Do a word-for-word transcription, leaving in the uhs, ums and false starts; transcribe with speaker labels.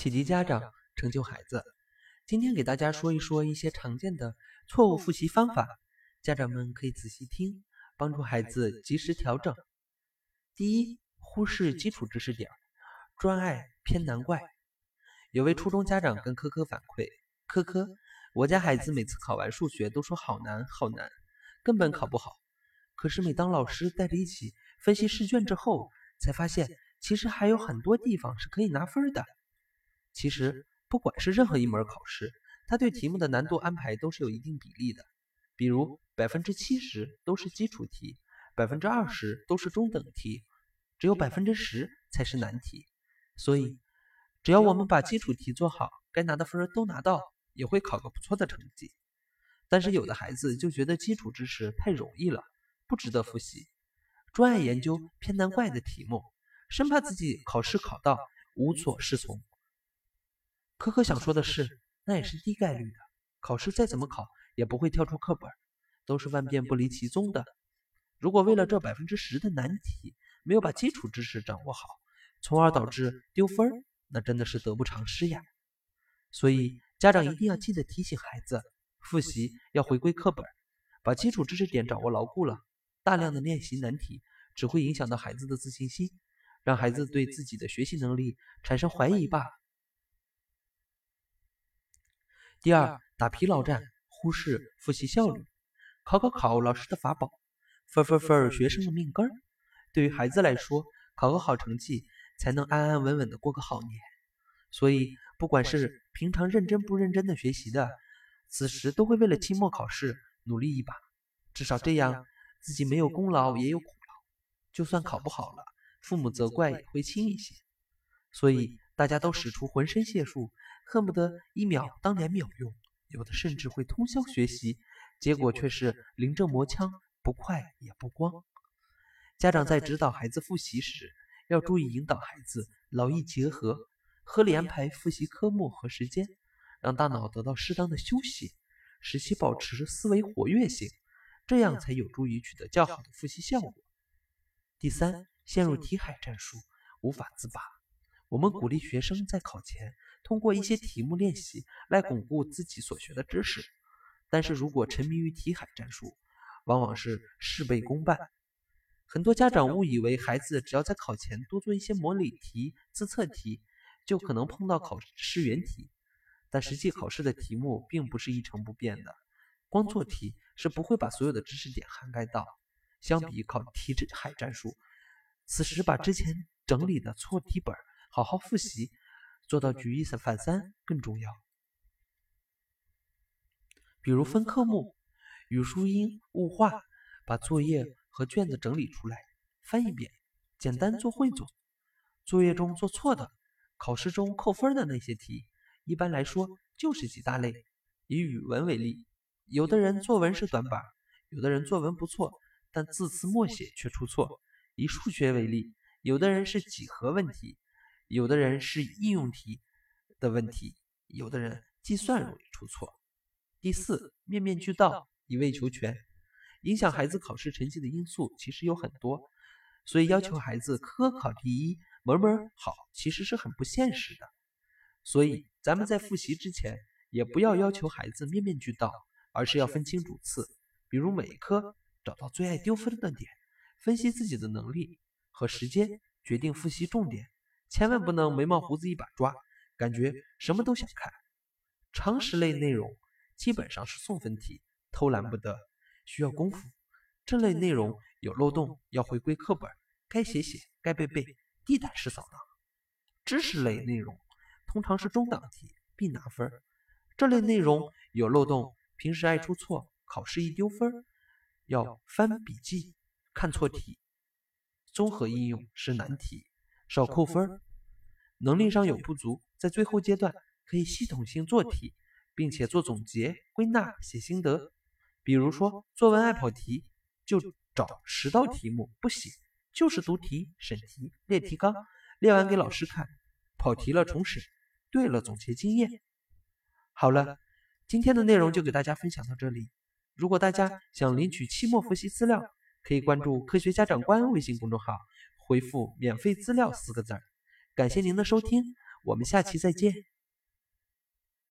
Speaker 1: 启迪家长，成就孩子。今天给大家说一说一些常见的错误复习方法，家长们可以仔细听，帮助孩子及时调整。第一，忽视基础知识点，专爱偏难怪。有位初中家长跟科科反馈，科科，我家孩子每次考完数学都说好难好难，根本考不好。可是每当老师带着一起分析试卷之后，才发现其实还有很多地方是可以拿分的。其实不管是任何一门考试，它对题目的难度安排都是有一定比例的。比如百分之七十都是基础题，百分之二十都是中等题，只有百分之十才是难题。所以只要我们把基础题做好，该拿的分都拿到，也会考个不错的成绩。但是有的孩子就觉得基础知识太容易了，不值得复习，专爱研究偏难怪的题目，生怕自己考试考到无所适从。科科想说的是，那也是低概率的，考试再怎么考也不会跳出课本，都是万变不离其宗的。如果为了这百分之十的难题没有把基础知识掌握好，从而导致丢分，那真的是得不偿失呀。所以家长一定要记得提醒孩子，复习要回归课本，把基础知识点掌握牢固了，大量的练习难题只会影响到孩子的自信心，让孩子对自己的学习能力产生怀疑罢了。第二，打疲劳战，忽视复习效率。考考考老师的法宝，分分分学生的命根儿。对于孩子来说，考个好成绩才能安安稳稳的过个好年。所以不管是平常认真不认真的学习的，此时都会为了期末考试努力一把，至少这样自己没有功劳也有苦劳，就算考不好了，父母责怪也会轻一些。所以大家都使出浑身解数，恨不得一秒当两秒用，有的甚至会通宵学习，结果却是临阵磨枪，不快也不光。家长在指导孩子复习时，要注意引导孩子劳逸结合，合理安排复习科目和时间，让大脑得到适当的休息，使其保持思维活跃性，这样才有助于取得较好的复习效果。第三，陷入题海战术，无法自拔。我们鼓励学生在考前通过一些题目练习来巩固自己所学的知识，但是如果沉迷于题海战术，往往是事倍功半。很多家长误以为孩子只要在考前多做一些模拟题、自测题，就可能碰到考试原题，但实际考试的题目并不是一成不变的，光做题是不会把所有的知识点涵盖到。相比考题海战术，此时把之前整理的错题本好好复习，做到举一反三更重要。比如分科目，语数英、物化，把作业和卷子整理出来，翻一遍，简单做汇总。作业中做错的，考试中扣分的那些题，一般来说就是几大类。以语文为例，有的人作文是短板，有的人作文不错，但字词默写却出错。以数学为例，有的人是几何问题，有的人是应用题的问题，有的人计算容易出错。第四，面面俱到，一味求全。影响孩子考试成绩的因素其实有很多，所以要求孩子科科考第一，门门好，其实是很不现实的。所以咱们在复习之前，也不要要求孩子面面俱到，而是要分清主次，比如每一科找到最爱丢分的点，分析自己的能力和时间，决定复习重点，千万不能眉毛胡子一把抓，感觉什么都想看。常识类内容基本上是送分题，偷懒不得，需要功夫。这类内容有漏洞，要回归课本，该写写，该背背，地毯式扫荡。知识类内容通常是中档题，必拿分。这类内容有漏洞，平时爱出错，考试一丢分，要翻笔记，看错题。综合应用是难题，少扣分。能力上有不足，在最后阶段可以系统性做题，并且做总结、归纳、写心得。比如说作文爱跑题，就找十道题目不写，就是读题、审题、列提纲，列完给老师看，跑题了重审，对了总结经验。好了，今天的内容就给大家分享到这里。如果大家想领取期末复习资料，可以关注科学家长官微信公众号，回复免费资料四个字。感谢您的收听， 我们下期再见。